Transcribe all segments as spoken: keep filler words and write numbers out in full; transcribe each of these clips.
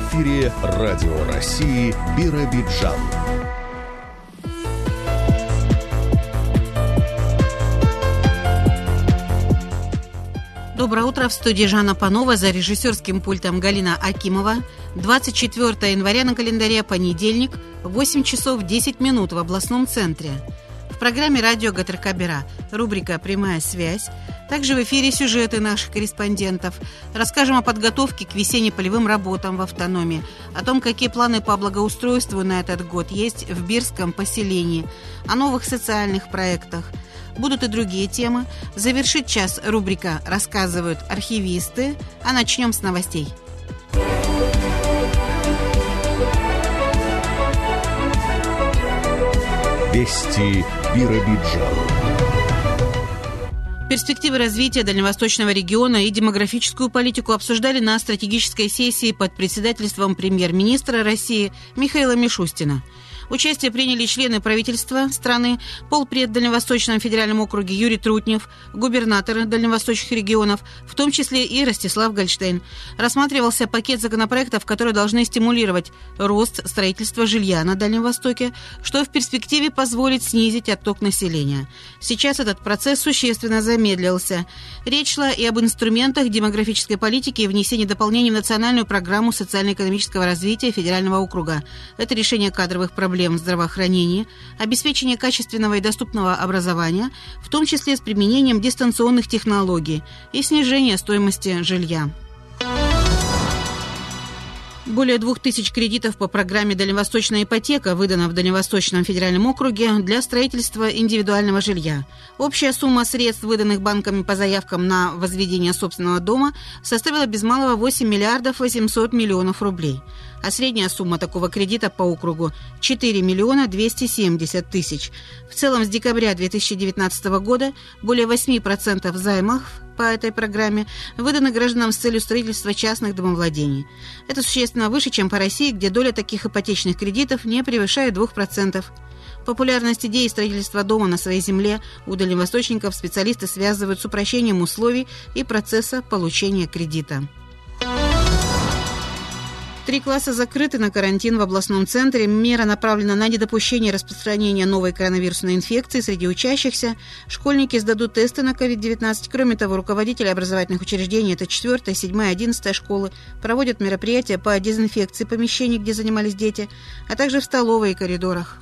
эфире Радио России Биробиджан. Доброе утро. В студии Жанна Панова, за режиссерским пультом Галина Акимова. двадцать четвёртого января на календаре, понедельник, восемь часов десять минут в областном центре. В программе «Радио ГТРК-Бира» рубрика «Прямая связь». Также в эфире сюжеты наших корреспондентов. Расскажем о подготовке к весенне-полевым работам в автономии, о том, какие планы по благоустройству на этот год есть в Бирском поселении, о новых социальных проектах. Будут и другие темы. Завершит час рубрика «Рассказывают архивисты», а начнем с новостей. Вести Биробиджан. Перспективы развития дальневосточного региона и демографическую политику обсуждали на стратегической сессии под председательством премьер-министра России Михаила Мишустина. Участие приняли члены правительства страны, полпред в Дальневосточном федеральном округе Юрий Трутнев, губернаторы дальневосточных регионов, в том числе и Ростислав Гольштейн. Рассматривался пакет законопроектов, которые должны стимулировать рост строительства жилья на Дальнем Востоке, что в перспективе позволит снизить отток населения. Сейчас этот процесс существенно замедлился. Речь шла и об инструментах демографической политики и внесении дополнений в национальную программу социально-экономического развития федерального округа. Это решение кадровых проблем в здравоохранении, обеспечение качественного и доступного образования, в том числе с применением дистанционных технологий, и снижение стоимости жилья. Более двух тысяч кредитов по программе «Дальневосточная ипотека» выдано в Дальневосточном федеральном округе для строительства индивидуального жилья. Общая сумма средств, выданных банками по заявкам на возведение собственного дома, составила без малого восемь миллиардов восемьсот миллионов рублей. А средняя сумма такого кредита по округу – четыре миллиона двести семьдесят тысяч. В целом, с декабря две тысячи девятнадцатого года более восемь процентов займов по этой программе выданы гражданам с целью строительства частных домовладений. Это существенно выше, чем по России, где доля таких ипотечных кредитов не превышает двух процентов. Популярность идеи строительства дома на своей земле у дальневосточников специалисты связывают с упрощением условий и процесса получения кредита. Три класса закрыты на карантин в областном центре. Мера направлена на недопущение распространения новой коронавирусной инфекции среди учащихся. Школьники сдадут тесты на ковид девятнадцать. Кроме того, руководители образовательных учреждений, это четвёртая, седьмая, одиннадцатая школы, проводят мероприятия по дезинфекции помещений, где занимались дети, а также в столовой и коридорах.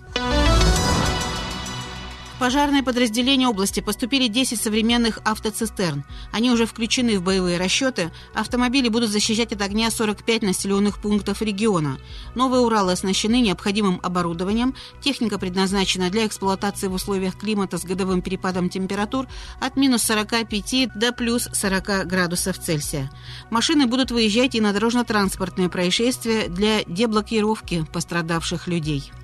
В пожарные подразделения области поступили десять современных автоцистерн. Они уже включены в боевые расчеты. Автомобили будут защищать от огня сорок пять населенных пунктов региона. Новые Уралы оснащены необходимым оборудованием. Техника предназначена для эксплуатации в условиях климата с годовым перепадом температур от минус сорока пяти до плюс сорока градусов Цельсия. Машины будут выезжать и на дорожно-транспортные происшествия для деблокировки пострадавших людей.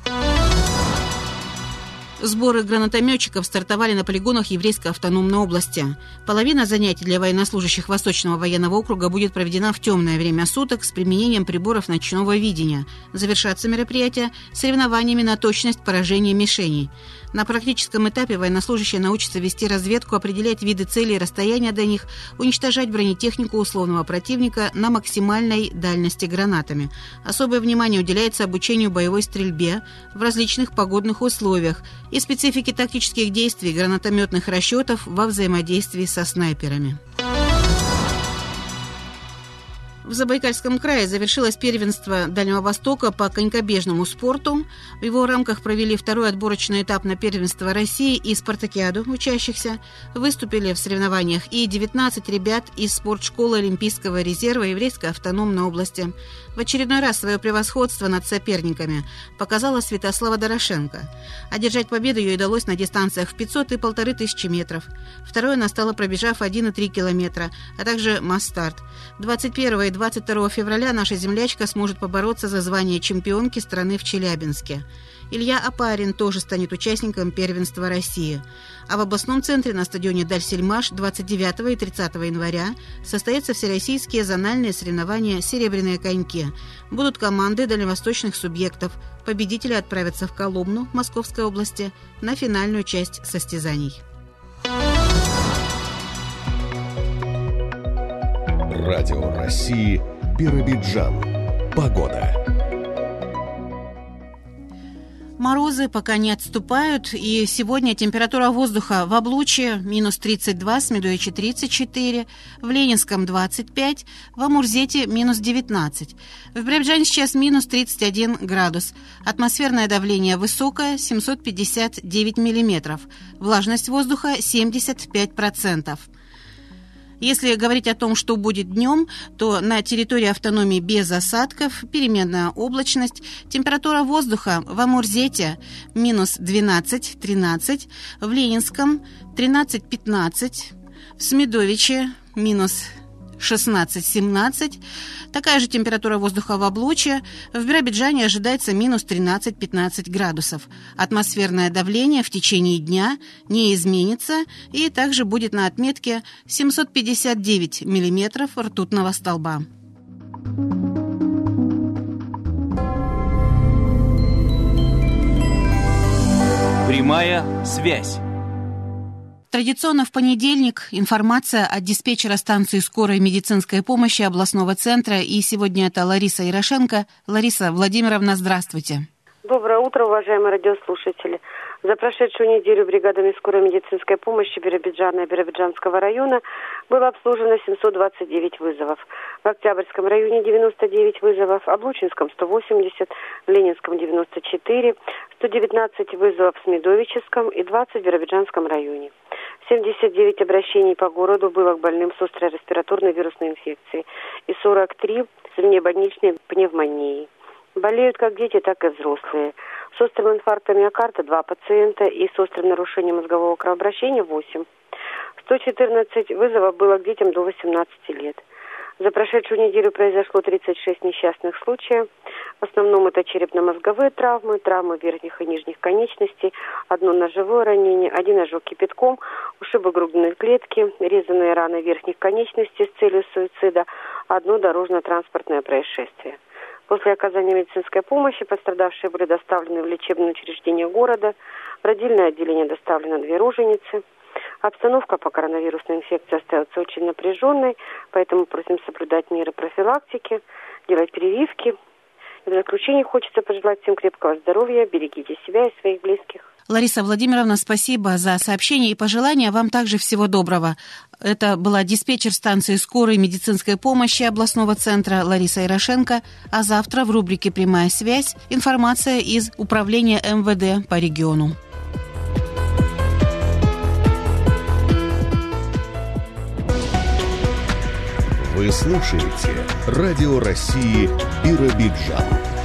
Сборы гранатометчиков стартовали на полигонах Еврейской автономной области. Половина занятий для военнослужащих Восточного военного округа будет проведена в темное время суток с применением приборов ночного видения. Завершатся мероприятия соревнованиями на точность поражения мишеней. На практическом этапе военнослужащие научатся вести разведку, определять виды целей и расстояния до них, уничтожать бронетехнику условного противника на максимальной дальности гранатами. Особое внимание уделяется обучению боевой стрельбе в различных погодных условиях и специфике тактических действий гранатометных расчетов во взаимодействии со снайперами. В Забайкальском крае завершилось первенство Дальнего Востока по конькобежному спорту. В его рамках провели второй отборочный этап на первенство России и спартакиаду учащихся. Выступили в соревнованиях и девятнадцать ребят из спортшколы Олимпийского резерва Еврейской автономной области. В очередной раз свое превосходство над соперниками показала Святослава Дорошенко. Одержать победу ей удалось на дистанциях в пятьсот и полторы тысячи метров. Второе она стала, пробежав один и три километра, а также масс-старт. двадцать первого и двадцать второго февраля наша землячка сможет побороться за звание чемпионки страны в Челябинске. Илья Апарин тоже станет участником первенства России. А в областном центре на стадионе Дальсельмаш двадцать девятого и тридцатого января состоятся всероссийские зональные соревнования «Серебряные коньки». Будут команды дальневосточных субъектов. Победители отправятся в Коломну Московской области на финальную часть состязаний. Радио России Биробиджан. Погода. Морозы пока не отступают, и сегодня температура воздуха в Облучье минус тридцать два, в Смедовиче тридцать четыре, в Ленинском двадцать пять, в Амурзете минус девятнадцать. В Биробиджане сейчас минус тридцать один градус. Атмосферное давление высокое, семьсот пятьдесят девять миллиметров. Влажность воздуха семьдесят пять процентов. Если говорить о том, что будет днем, то на территории автономии без осадков, переменная облачность, температура воздуха в Амурзете минус двенадцать-тринадцать, в Ленинском тринадцать-пятнадцать, в Смедовиче минус шестнадцать-семнадцать, такая же температура воздуха в Облучье, в Биробиджане ожидается минус тринадцать-пятнадцать градусов. Атмосферное давление в течение дня не изменится и также будет на отметке семьсот пятьдесят девять миллиметров ртутного столба. Прямая связь. Традиционно в понедельник информация от диспетчера станции скорой медицинской помощи областного центра. И сегодня это Лариса Ярошенко. Лариса Владимировна, здравствуйте. Доброе утро, уважаемые радиослушатели. За прошедшую неделю бригадами скорой медицинской помощи Биробиджана и Биробиджанского района было обслужено семьсот двадцать девять вызовов. В Октябрьском районе девяносто девять вызовов, в Облучинском сто восемьдесят, в Ленинском девяносто четыре, сто девятнадцать вызовов в Смедовическом и двадцать в Биробиджанском районе. семьдесят девять обращений по городу было к больным с острой респираторной вирусной инфекцией и сорок три с внебольничной пневмонией. Болеют как дети, так и взрослые. С острым инфарктом миокарда два пациента и с острым нарушением мозгового кровообращения восемь. сто четырнадцать вызовов было к детям до восемнадцати лет. За прошедшую неделю произошло тридцать шесть несчастных случаев. В основном это черепно-мозговые травмы, травмы верхних и нижних конечностей, одно ножевое ранение, один ожог кипятком, ушибы грудной клетки, резаные раны верхних конечностей с целью суицида, одно дорожно-транспортное происшествие. После оказания медицинской помощи пострадавшие были доставлены в лечебное учреждение города, в родильное отделение доставлено две роженицы. Обстановка по коронавирусной инфекции остается очень напряженной, поэтому просим соблюдать меры профилактики, делать прививки. И в заключение хочется пожелать всем крепкого здоровья, берегите себя и своих близких. Лариса Владимировна, спасибо за сообщение и пожелания. Вам также всего доброго. Это была диспетчер станции скорой медицинской помощи областного центра Лариса Ярошенко. А завтра в рубрике «Прямая связь» информация из управления эм вэ дэ по региону. Вы слушаете Радио России Биробиджан.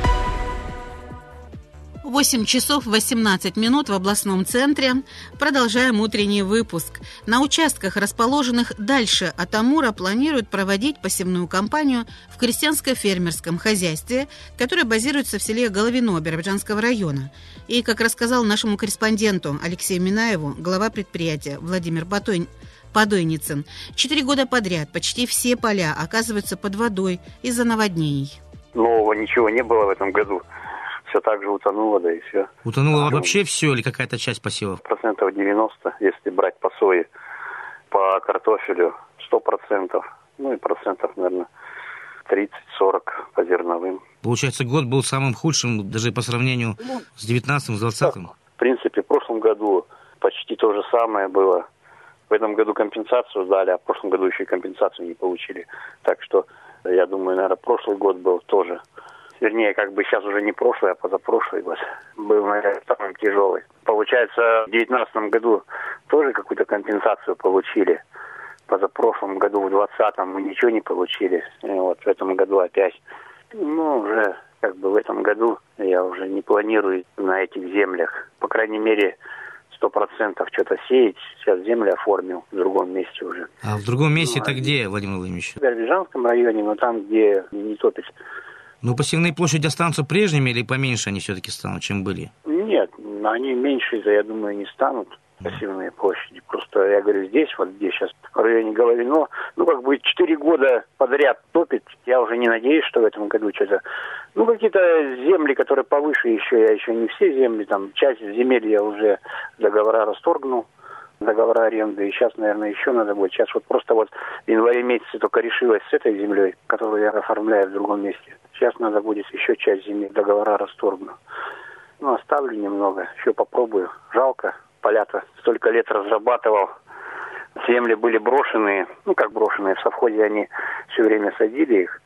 восемь часов восемнадцать минут в областном центре. Продолжаем утренний выпуск. На участках, расположенных дальше от Амура, планируют проводить посевную кампанию в крестьянско-фермерском хозяйстве, которое базируется в селе Головино Биробиджанского района. И, как рассказал нашему корреспонденту Алексею Минаеву, глава предприятия Владимир Батонь, Подойницын, четыре года подряд почти все поля оказываются под водой из-за наводнений. Нового ничего не было в этом году. Все так же утонуло, да и все. Утонуло вообще все или какая-то часть посевов? Процентов девяносто, если брать по сое, по картофелю сто процентов, ну и процентов, наверное, тридцать-сорок по зерновым. Получается, год был самым худшим даже по сравнению ну, с девятнадцатым, с двадцатым? В принципе, в прошлом году почти то же самое было. В этом году компенсацию дали, а в прошлом году еще и компенсацию не получили. Так что, я думаю, наверное, прошлый год был тоже. Вернее, как бы сейчас уже не прошлый, а позапрошлый год был, наверное, самым тяжелый. Получается, в девятнадцатом году тоже какую-то компенсацию получили. Позапрошлом году, в двадцатом, мы ничего не получили. И вот в этом году опять. Ну, уже как бы в этом году я уже не планирую на этих землях. По крайней мере, сто процентов что-то сеять. Сейчас землю оформил в другом месте уже. А в другом месте это ну, где, Владимир Владимирович? В Биробиджанском районе, но там, где не топит. Ну, посевные площади останутся прежними или поменьше они все-таки станут, чем были? Нет, они меньше, я думаю, не станут, посевные площади. Просто, я говорю, здесь, вот здесь сейчас, в районе Головино, ну, как бы четыре года подряд топит. Я уже не надеюсь, что в этом году что-то... Ну, какие-то земли, которые повыше еще, я еще не все земли, там, часть земель я уже договора расторгнул договора аренды. И сейчас, наверное, еще надо будет. Сейчас вот просто вот в январе месяце только решилась с этой землей, которую я оформляю в другом месте. Сейчас надо будет еще часть земли договора расторгну. Ну, оставлю немного, еще попробую. Жалко, поля-то столько лет разрабатывал. Земли были брошенные, ну как брошенные, в совхозе они все время садили их,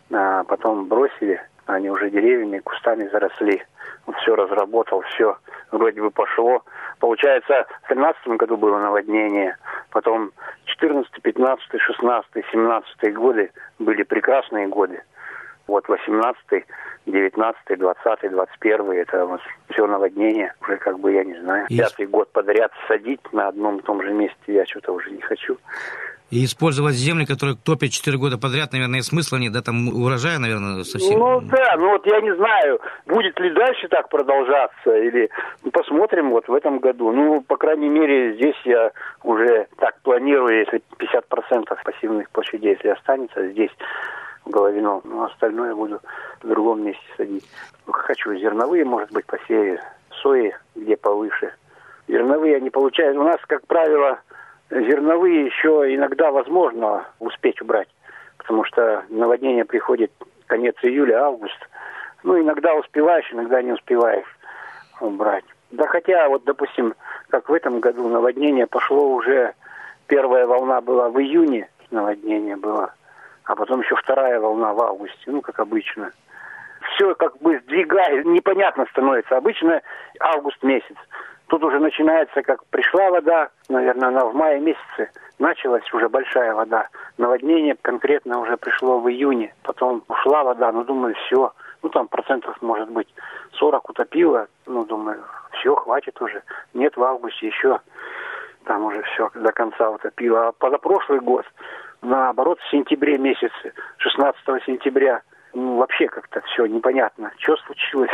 а потом бросили, они уже деревьями, кустами заросли. Вот все разработал, все вроде бы пошло. Получается, в тринадцатом году было наводнение, потом четырнадцатый, пятнадцатый, шестнадцатый, семнадцатый годы были прекрасные годы. Вот восемнадцатый, девятнадцатый, двадцатый, двадцать первый, это вот все наводнение, уже как бы, я не знаю, И... пятый год подряд садить на одном и том же месте я что-то уже не хочу. И использовать земли, которые топят четыре года подряд, наверное, смысла нет, да, там урожая, наверное, совсем... Ну да, ну вот я не знаю, будет ли дальше так продолжаться, или ну, посмотрим вот в этом году. Ну, по крайней мере, здесь я уже так планирую, если пятьдесят процентов пассивных площадей, если останется здесь, в Головино, ну, остальное буду в другом месте садить. Хочу зерновые, может быть, посею, сои, где повыше. Зерновые они получают. У нас, как правило, зерновые еще иногда возможно успеть убрать, потому что наводнение приходит конец июля, август. Ну, иногда успеваешь, иногда не успеваешь убрать. Да хотя, вот, допустим, как в этом году наводнение пошло уже, первая волна была в июне, наводнение было, а потом еще вторая волна в августе, ну, как обычно. Все как бы сдвигает, непонятно становится. Обычно август месяц. Тут уже начинается, как пришла вода, наверное, она в мае месяце началась уже большая вода. Наводнение конкретно уже пришло в июне. Потом ушла вода, ну, думаю, все. Ну, там процентов, может быть, сорок утопило. Ну, думаю, все, хватит уже. Нет, в августе еще там уже все до конца утопило. А позапрошлый год, наоборот, в сентябре месяце, шестнадцатого сентября, ну, вообще как-то все непонятно. Что случилось?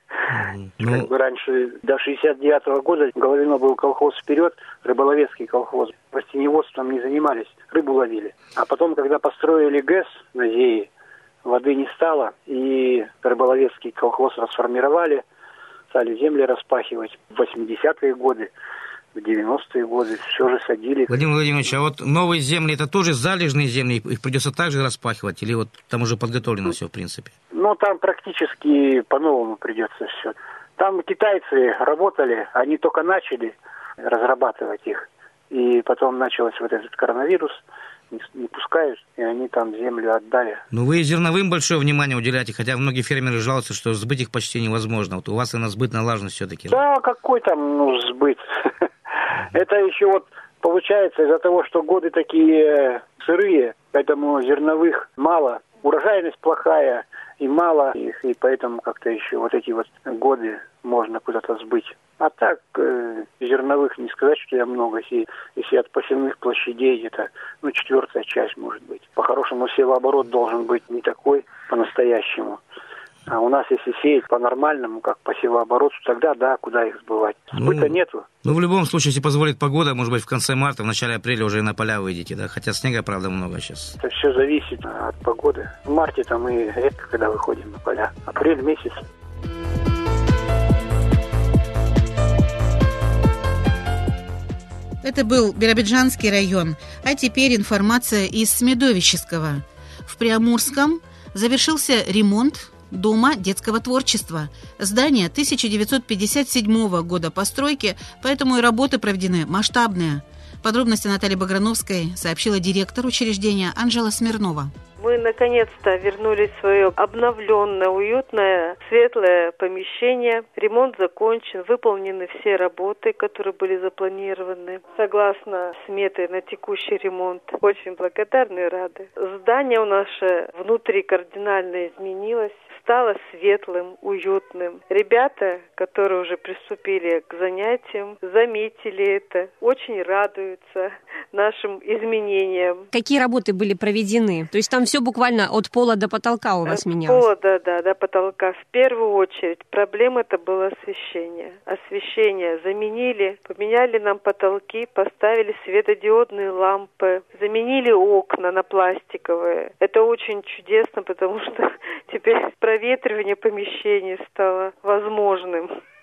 Ну... Как бы раньше, до шестьдесят девятого года, в Головино был колхоз «Вперед», рыболовецкий колхоз. Растениеводством не занимались, рыбу ловили. А потом, когда построили ГЭС на Зее, воды не стало, и рыболовецкий колхоз расформировали, стали земли распахивать. В восьмидесятые годы, в девяностые годы все же садили. Владимир Владимирович, а вот новые земли, это тоже залежные земли, их придется также распахивать, или вот там уже подготовлено все в принципе? Ну, там практически по-новому придется все. Там китайцы работали, они только начали разрабатывать их, и потом начался вот этот коронавирус, не, не пускают, и они там землю отдали. Ну, вы зерновым большое внимание уделяете, хотя многие фермеры жалуются, что сбыть их почти невозможно. Вот у вас и на сбыт налажен все-таки. Да, какой там, ну, сбыт? Это еще вот получается из-за того, что годы такие сырые, поэтому зерновых мало, урожайность плохая и мало их, и поэтому как-то еще вот эти вот годы можно куда-то сбыть. А так, э, зерновых не сказать, что я много, если, если от посевных площадей где-то, ну, четвертая часть может быть. По-хорошему севооборот должен быть не такой по-настоящему. А у нас, если сеять по-нормальному, как по севообороту, тогда, да, куда их сбывать? Сбыта ну, нету. Ну, в любом случае, если позволит погода, может быть, в конце марта, в начале апреля уже на поля выйдете, да? Хотя снега, правда, много сейчас. Это все зависит от погоды. В марте-то мы редко когда выходим на поля. Апрель месяц. Это был Биробиджанский район. А теперь информация из Смедовического. В Приамурском завершился ремонт Дома детского творчества. Здание тысяча девятьсот пятьдесят седьмого года постройки, поэтому и работы проведены масштабные. Подробности Натальи Баграновской сообщила директор учреждения Анжела Смирнова. Мы наконец-то вернулись в свое обновленное, уютное, светлое помещение. Ремонт закончен, выполнены все работы, которые были запланированы согласно сметы на текущий ремонт. Очень благодарны и рады. Здание у нас внутри кардинально изменилось. Стало светлым, уютным. Ребята, которые уже приступили к занятиям, заметили это, очень радуются нашим изменениям. Какие работы были проведены? То есть там все буквально от пола до потолка у вас менялось? От пола, да, да, до потолка. В первую очередь проблема это было освещение. Освещение заменили, поменяли нам потолки, поставили светодиодные лампы, заменили окна на пластиковые. Это очень чудесно, потому что теперь проветривание помещений стало возможным.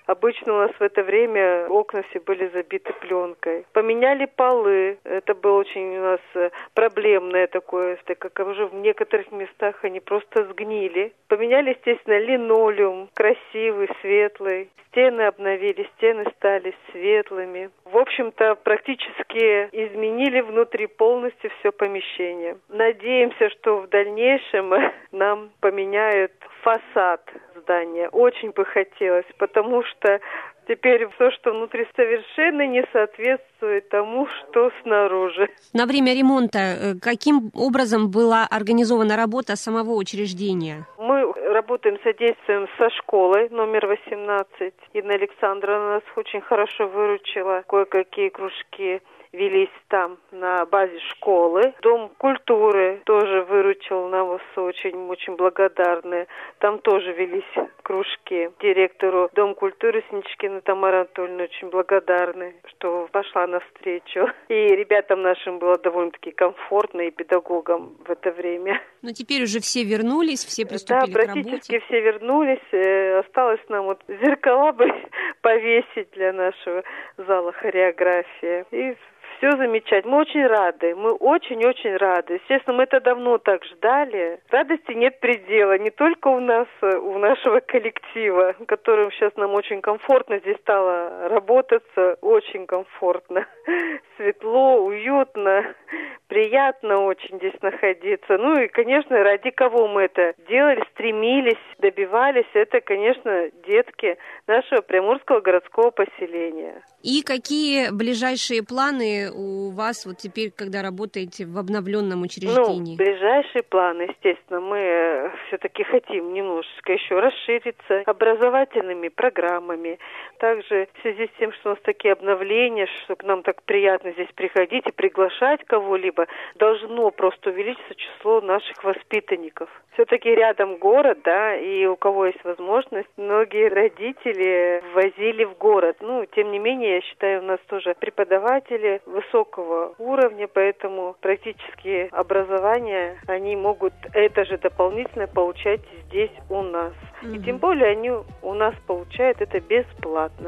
Обычно у нас в это время окна все были забиты пленкой. Поменяли полы. Это было очень у нас проблемное такое, так как уже в некоторых местах они просто сгнили. Поменяли, естественно, линолеум, красивый, светлый. Стены обновили, стены стали светлыми. В общем-то, практически изменили внутри полностью все помещение. Надеемся, что в дальнейшем нам поменяют фасад здания. Очень бы хотелось, потому что теперь все, что внутри, совершенно не соответствует тому, что снаружи. На время ремонта каким образом была организована работа самого учреждения? Мы работаем, содействуем со школой номер восемнадцать. Инна Александровна нас очень хорошо выручила. Кое-какие кружки велись там на базе школы. Дом культуры тоже выручил нас, очень-очень благодарны. Там тоже велись кружки. Директору Дом культуры Сничкина Тамара Анатольевна очень благодарны, что пошла навстречу. И ребятам нашим было довольно-таки комфортно, и педагогам в это время. Но теперь уже все вернулись, все приступили да, к работе. Да, практически все вернулись. Осталось нам вот зеркала бы повесить для нашего зала хореографии. И все замечательно. Мы очень рады. Мы очень-очень рады. Естественно, мы это давно так ждали. Радости нет предела. Не только у нас, у нашего коллектива, которым сейчас нам очень комфортно здесь стало работаться. Очень комфортно. Светло, уютно, приятно очень здесь находиться. Ну и, конечно, ради кого мы это делали, стремились, добивались, это, конечно, детки нашего Приморского городского поселения. И какие ближайшие планы у вас вот теперь, когда работаете в обновленном учреждении? Ну, ближайшие планы, естественно, мы все-таки хотим немножечко еще расшириться образовательными программами. Также в связи с тем, что у нас такие обновления, что к нам так приятно здесь приходить и приглашать кого-либо, должно просто увеличиться число наших воспитанников. Все-таки рядом город, да, и у кого есть возможность, многие родители возили в город. Ну, тем не менее, я считаю, у нас тоже преподаватели высокого уровня, поэтому практически образование они могут это же дополнительно получать здесь у нас. Mm-hmm. И тем более они у нас получают это бесплатно.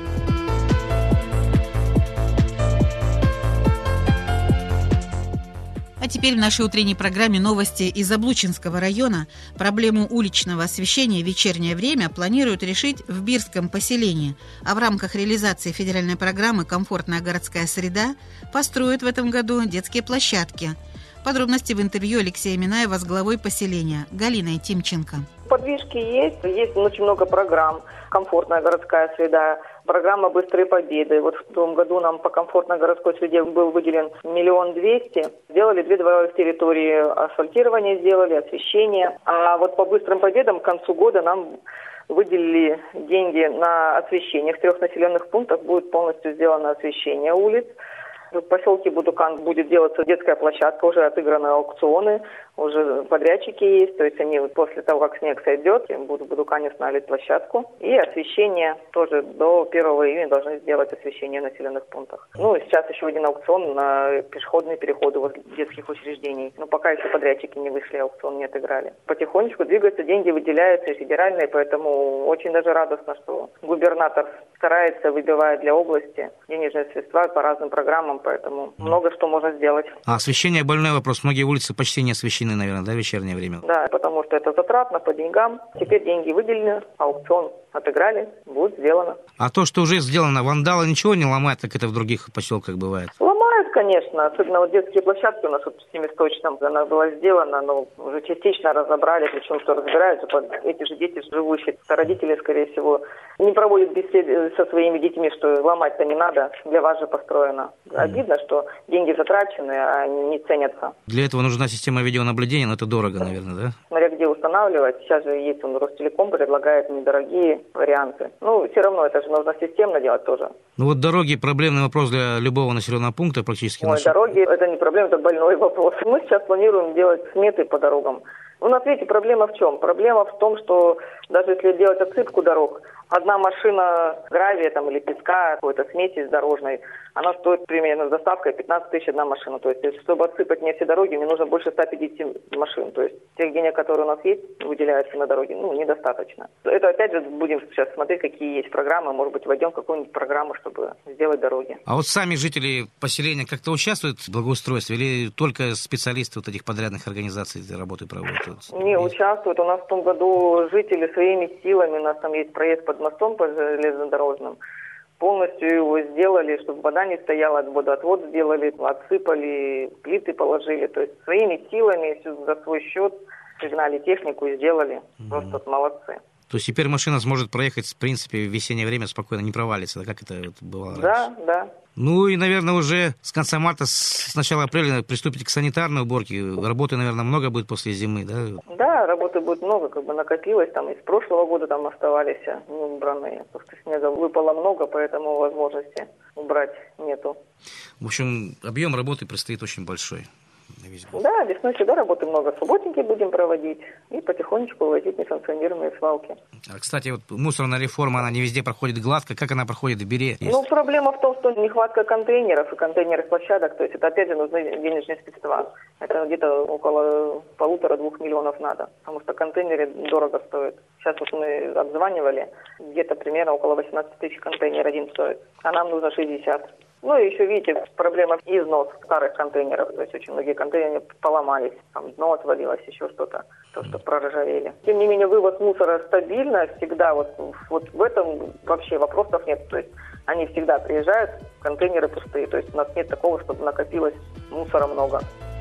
А теперь в нашей утренней программе новости из Облучинского района. Проблему уличного освещения в вечернее время планируют решить в Бирском поселении. А в рамках реализации федеральной программы «Комфортная городская среда» построят в этом году детские площадки. Подробности в интервью Алексея Минаева с главой поселения Галиной Тимченко. Подвижки есть, есть очень много программ. «Комфортная городская среда», программа «Быстрые победы». Вот в том году нам по комфортной городской среде был выделен миллион двести. Сделали две дворовых территории, асфальтирование сделали, освещение. А вот по «Быстрым победам» к концу года нам выделили деньги на освещение. В трех населенных пунктах будет полностью сделано освещение улиц. В поселке Будукан будет делаться детская площадка, уже отыграны аукционы, уже подрядчики есть, то есть они после того, как снег сойдет, будут в Будукане устанавливать площадку. И освещение тоже до первого июня должны сделать освещение в населенных пунктах. Ну и сейчас еще один аукцион на пешеходные переходы возле детских учреждений. Но пока еще подрядчики не вышли, аукцион не отыграли. Потихонечку двигаются, деньги выделяются и федеральные, поэтому очень даже радостно, что губернатор старается, выбивает для области денежные средства по разным программам, поэтому много что можно сделать. А освещение больной вопрос. Многие улицы почти не освещены, наверное, да, в вечернее время? Да, потому что это затратно по деньгам. Теперь деньги выделены, аукцион отыграли, будет сделано. А то, что уже сделано, вандалы ничего не ломают, как это в других поселках бывает? Ломают, конечно. Особенно вот детские площадки у нас вот в Семисточном, она была сделана, но уже частично разобрали, причем что разбираются. Эти же дети живущие, родители, скорее всего, не проводят беседы со своими детьми, что ломать-то не надо, для вас же построено. Обидно, что деньги затрачены, а они не ценятся. Для этого нужна система видеонаблюдения, но это дорого, наверное, да? Смотря где устанавливать. Сейчас же есть, он Ростелеком предлагает недорогие варианты. Ну, все равно это же нужно системно делать тоже. Ну вот дороги – проблемный вопрос для любого населенного пункта практически. Ой, дороги – это не проблема, это больной вопрос. Мы сейчас планируем делать сметы по дорогам. У нас, видите, проблема в чем? Проблема в том, что даже если делать отсыпку дорог, Одна машина гравия там, или песка, какой-то смеси дорожной, она стоит примерно с доставкой пятнадцать тысяч одна машина. То есть, чтобы отсыпать мне все дороги, мне нужно больше ста пятидесяти машин. То есть, тех денег, которые у нас есть, выделяются на дороги, ну, недостаточно. Это, опять же, будем сейчас смотреть, какие есть программы. Может быть, войдем в какую-нибудь программу, чтобы сделать дороги. А вот сами жители поселения как-то участвуют в благоустройстве? Или только специалисты вот этих подрядных организаций этой работы проводят? Не участвуют. У нас в том году жители своими силами, у нас там есть проезд под мостом по железнодорожным, полностью его сделали, чтобы вода не стояла, водоотвод сделали, отсыпали, плиты положили. То есть своими силами, все за свой счет, пригнали технику и сделали. Mm-hmm. Просто молодцы. То есть теперь машина сможет проехать, в принципе, в весеннее время спокойно, не провалится, как это вот бывало раньше? Да, да. Ну и, наверное, уже с конца марта, с начала апреля приступите к санитарной уборке. Работы, наверное, много будет после зимы, да? Да, работы будет много, как бы накопилось. Там из прошлого года там оставались неубранные. Просто снега выпало много, поэтому возможности убрать нету. В общем, объем работы предстоит очень большой. Да, весной всегда работы много. Субботники будем проводить и потихонечку вывозить несанкционированные свалки. А, кстати, вот мусорная реформа, она не везде проходит гладко. Как она проходит в Бире? Ну, проблема в том, что нехватка контейнеров и контейнерных площадок. То есть это, опять же, нужны денежные средства. Это где-то около полутора-двух миллионов надо. Потому что контейнеры дорого стоят. Сейчас вот мы обзванивали, где-то примерно около восемнадцать тысяч контейнер один стоит. А нам нужно шестьдесят. Ну и еще, видите, проблема износ старых контейнеров. То есть очень многие контейнеры поломались, там дно отвалилось, еще что-то, то, что проржавели. Тем не менее, вывоз мусора стабильно всегда. Вот, вот в этом вообще вопросов нет. То есть они всегда приезжают, контейнеры пустые. То есть у нас нет такого, чтобы накопилось мусора много.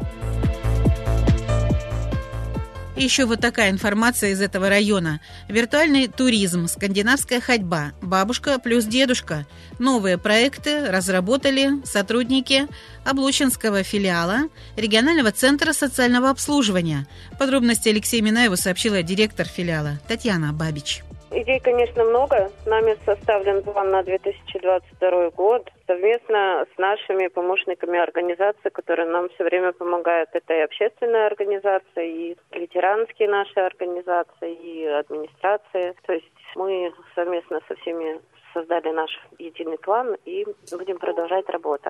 Еще вот такая информация из этого района. Виртуальный туризм, скандинавская ходьба, бабушка плюс дедушка. Новые проекты разработали сотрудники Облучинского филиала регионального центра социального обслуживания. Подробности Алексею Минаеву сообщила директор филиала Татьяна Бабич. Идей, конечно, много. Нами составлен план на две тысячи двадцать второй год совместно с нашими помощниками организации, которые нам все время помогают. Это и общественная организация, и ветеранские наши организации, и администрация. То есть мы совместно со всеми создали наш единый план и будем продолжать работу.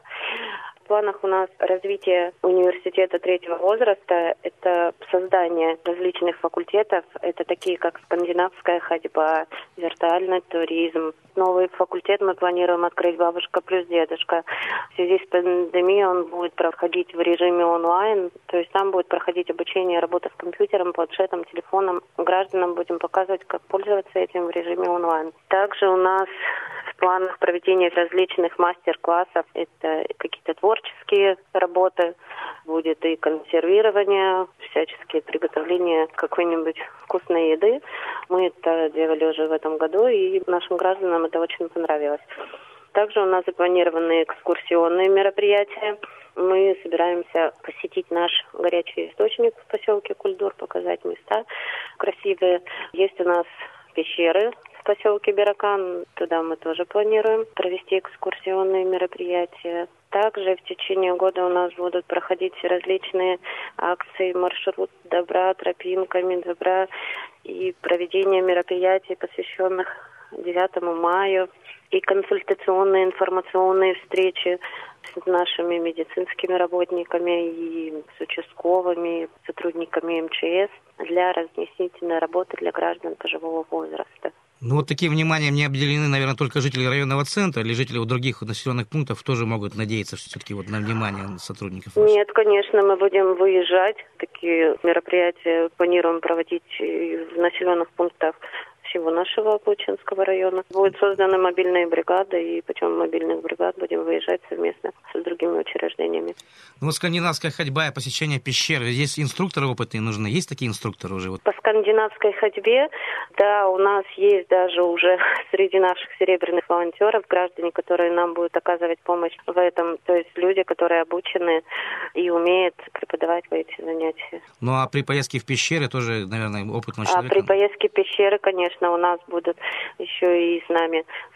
В планах у нас развитие университета третьего возраста, это создание различных факультетов, это такие как скандинавская ходьба, виртуальный туризм. Новый факультет мы планируем открыть «Бабушка плюс дедушка». В связи с пандемией он будет проходить в режиме онлайн, то есть там будет проходить обучение, работа с компьютером, планшетом, телефоном. Гражданам будем показывать, как пользоваться этим в режиме онлайн. Также у нас в планах проведения различных мастер-классов, это какие-то творческие работы, будет и консервирование, всяческие приготовления какой-нибудь вкусной еды. Мы это делали уже в этом году, и нашим гражданам это очень понравилось. Также у нас запланированы экскурсионные мероприятия. Мы собираемся посетить наш горячий источник в поселке Кульдур, показать места красивые. Есть у нас пещеры в поселке Беракан. Туда мы тоже планируем провести экскурсионные мероприятия. Также в течение года у нас будут проходить различные акции, маршрут добра, тропинками добра и проведение мероприятий, посвященных девятому мая, и консультационные информационные встречи с нашими медицинскими работниками и с участковыми, сотрудниками эм че эс для разъяснительной работы для граждан пожилого возраста. Ну вот такие вниманием не обделены, наверное, только жители районного центра, или жители других населенных пунктов тоже могут надеяться все-таки вот на внимание сотрудников ваших? Нет, конечно, мы будем выезжать. Такие мероприятия планируем проводить в населенных пунктах всего нашего Облучинского района. Будут созданы мобильные бригады, и путем мобильных бригад будем выезжать совместно с другими учреждениями. Ну вот скандинавская ходьба и посещение пещер, здесь инструкторы опытные нужны? Есть такие инструкторы уже? Вот? По скандинавской ходьбе, да, у нас есть даже уже среди наших серебряных волонтеров граждане, которые нам будут оказывать помощь в этом. То есть люди, которые обучены и умеют преподавать в эти занятия. Ну а при поездке в пещеры тоже, наверное, опытного человека? А при поездке в пещеры, конечно, у нас будут еще и с нами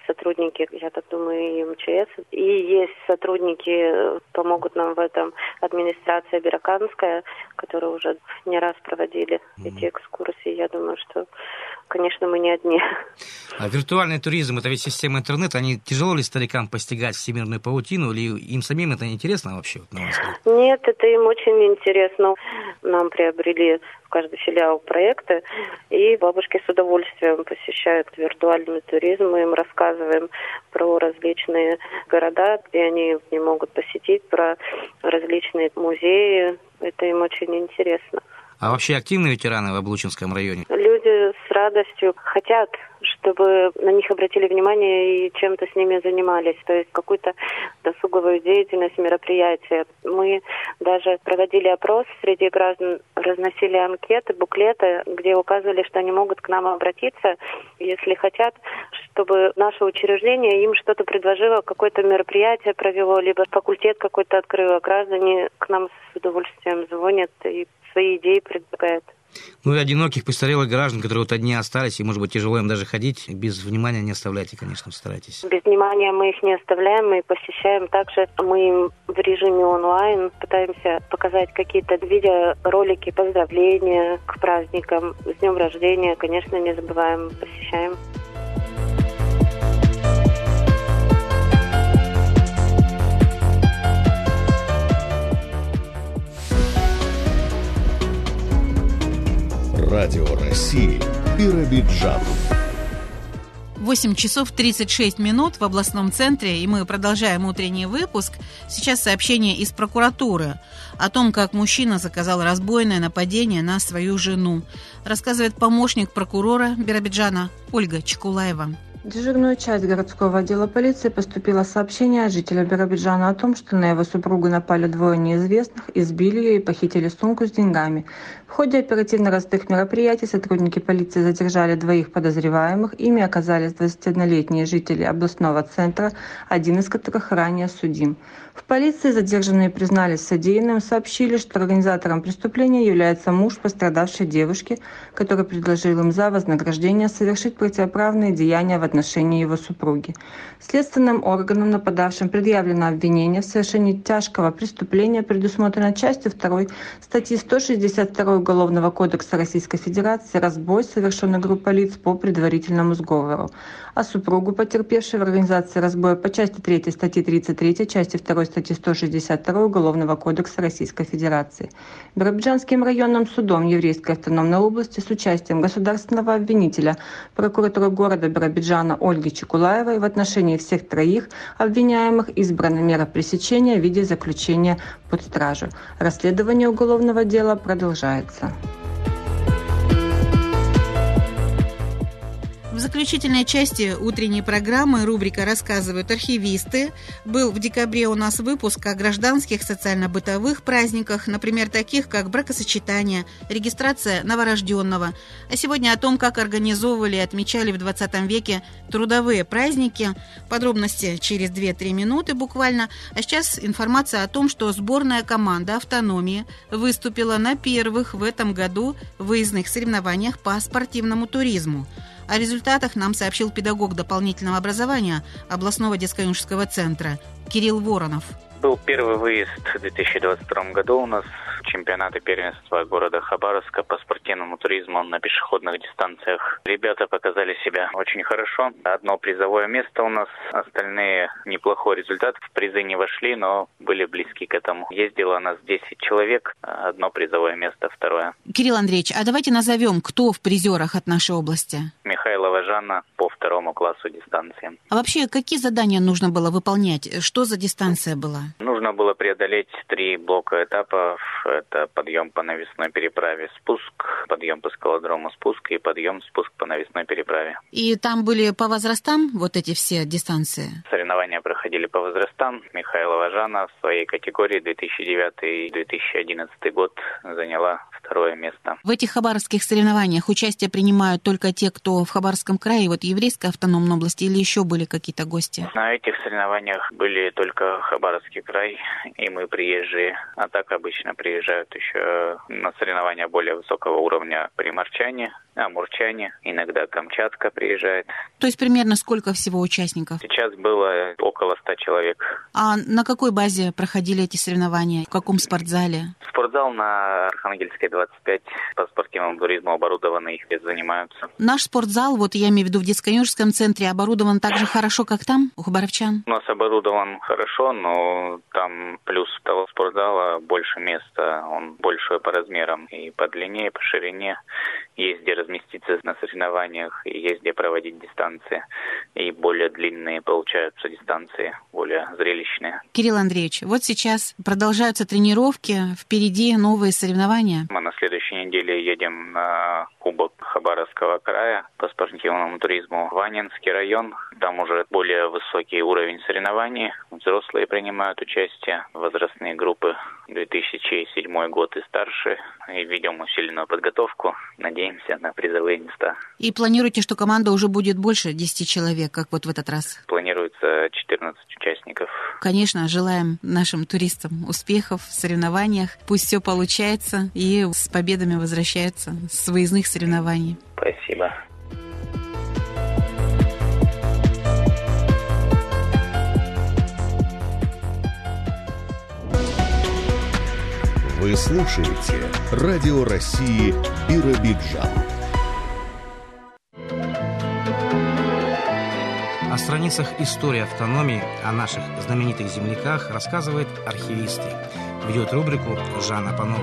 сотрудники, я так думаю, и МЧС. И есть сотрудники, помогут нам в этом, администрация Бераканская, которые уже не раз проводили mm-hmm. эти экскурсии. Я думаю, что, конечно, мы не одни. А виртуальный туризм, это ведь система интернета, они тяжело ли старикам постигать всемирную паутину, или им самим это интересно вообще, на ваш взгляд? Нет, это им очень интересно. Нам приобрели в каждый филиал проекты, и бабушки с удовольствием посещают виртуальный туризм. Мы им рассказываем про различные города, где они не могут посетить, про различные музеи. Это им очень интересно. А вообще активные ветераны в Облучинском районе? Люди с радостью хотят, чтобы на них обратили внимание и чем-то с ними занимались, то есть какую-то досуговую деятельность, мероприятия. Мы даже проводили опрос среди граждан, разносили анкеты, буклеты, где указывали, что они могут к нам обратиться, если хотят, чтобы наше учреждение им что-то предложило, какое-то мероприятие провело, либо факультет какой-то открыло. Граждане к нам с удовольствием звонят и свои идеи предлагают. Ну и одиноких, престарелых граждан, которые вот одни остались, и, может быть, тяжело им даже ходить, без внимания не оставляйте, конечно, старайтесь. Без внимания мы их не оставляем, мы посещаем. Также мы им в режиме онлайн пытаемся показать какие-то видеоролики, поздравления к праздникам, с днем рождения, конечно, не забываем, посещаем. Радио России Биробиджан. восемь часов тридцать шесть минут в областном центре, и мы продолжаем утренний выпуск. Сейчас сообщение из прокуратуры о том, как мужчина заказал разбойное нападение на свою жену. Рассказывает помощник прокурора Биробиджана Ольга Чекулаева. В дежурную часть городского отдела полиции поступило сообщение от жителя Биробиджана о том, что на его супругу напали двое неизвестных, избили ее и похитили сумку с деньгами. В ходе оперативно-розыскных мероприятий сотрудники полиции задержали двоих подозреваемых. Ими оказались двадцатиоднолетние жители областного центра, один из которых ранее судим. В полиции задержанные признались в содеянном, сообщили, что организатором преступления является муж пострадавшей девушки, который предложил им за вознаграждение совершить противоправные деяния в отношении его супруги. Следственным органам, нападавшим, предъявлено обвинение в совершении тяжкого преступления, предусмотрено частью второй статьи сто шестьдесят два Уголовного кодекса Российской Федерации «Разбой, совершенный группой лиц по предварительному сговору». А супругу потерпевшей в организации разбоя по части третьей статьи тридцать три, части второй статьи сто шестьдесят два Уголовного кодекса Российской Федерации. Биробиджанским районным судом Еврейской автономной области с участием государственного обвинителя прокуратуры города Биробиджана Ольги Чекулаевой в отношении всех троих обвиняемых избрана мера пресечения в виде заключения под стражу. Расследование уголовного дела продолжается. В заключительной части утренней программы рубрика «Рассказывают архивисты». Был в декабре у нас выпуск о гражданских социально-бытовых праздниках, например, таких как бракосочетание, регистрация новорожденного. А сегодня о том, как организовывали и отмечали в двадцатом веке трудовые праздники. Подробности через две-три минуты буквально. А сейчас информация о том, что сборная команда «Автономии» выступила на первых в этом году выездных соревнованиях по спортивному туризму. О результатах нам сообщил педагог дополнительного образования областного детско-юношеского центра Кирилл Воронов. Был первый выезд в две тысячи двадцать втором году у нас чемпионаты первенства города Хабаровска по спортивному туризму на пешеходных дистанциях. Ребята показали себя очень хорошо. Одно призовое место у нас, остальные неплохой результат. В призы не вошли, но были близки к этому. Ездило у нас десять человек, одно призовое место, второе. Кирилл Андреевич, а давайте назовем, кто в призерах от нашей области. Михайлова Жанна по второму классу дистанции. А вообще, какие задания нужно было выполнять? Что за дистанция была? Нужно было преодолеть три блока этапов. Это подъем по навесной переправе, спуск, подъем по скалодрому, спуск и подъем, спуск по навесной переправе. И там были по возрастам вот эти все дистанции? Соревнования проходили по возрастам. Михайлова Жанна в своей категории две тысячи девятый - две тысячи одиннадцатый год заняла второе место. В этих хабаровских соревнованиях участие принимают только те, кто в Хабаровском крае, вот Еврейской автономной области, или еще были какие-то гости? На этих соревнованиях были только Хабаровский край, и мы приезжие. А так обычно приезжают еще на соревнования более высокого уровня приморчане, амурчане, иногда Камчатка приезжает. То есть примерно сколько всего участников? Сейчас было около ста человек. А на какой базе проходили эти соревнования? В каком спортзале? Спортзал на Архангельской двадцать пять, по спортивному туризму оборудованный, где занимаются. Наш спортзал, вот я имею в виду в детско-юношеском центре, оборудован так же хорошо, как там, у хабаровчан? У нас оборудован хорошо, но там плюс того спортзала больше места, он большой по размерам и по длине, и по ширине. Есть где разместиться на соревнованиях, и есть где проводить дистанции. И более длинные получаются дистанции, более зрелищные. Кирилл Андреевич, вот сейчас продолжаются тренировки, впереди новые соревнования. Мы на следующей неделе едем на Кубок Хабаровского края по спортивному туризму в Аннинский район. Там уже более высокий уровень соревнований. Взрослые принимают участие, возрастные группы две тысячи седьмой год и старше. И ведем усиленную подготовку. Надеемся на призовые места. И планируете, что команда уже будет больше десяти человек, как вот в этот раз? Планируется четырнадцать участников. Конечно, желаем нашим туристам успехов в соревнованиях. Пусть все получается и с победами возвращаются с выездных соревнований. Спасибо. Вы слушаете Радио России Биробиджан. О страницах истории автономии, о наших знаменитых земляках рассказывает архивисты. Ведет рубрику Жанна Панова.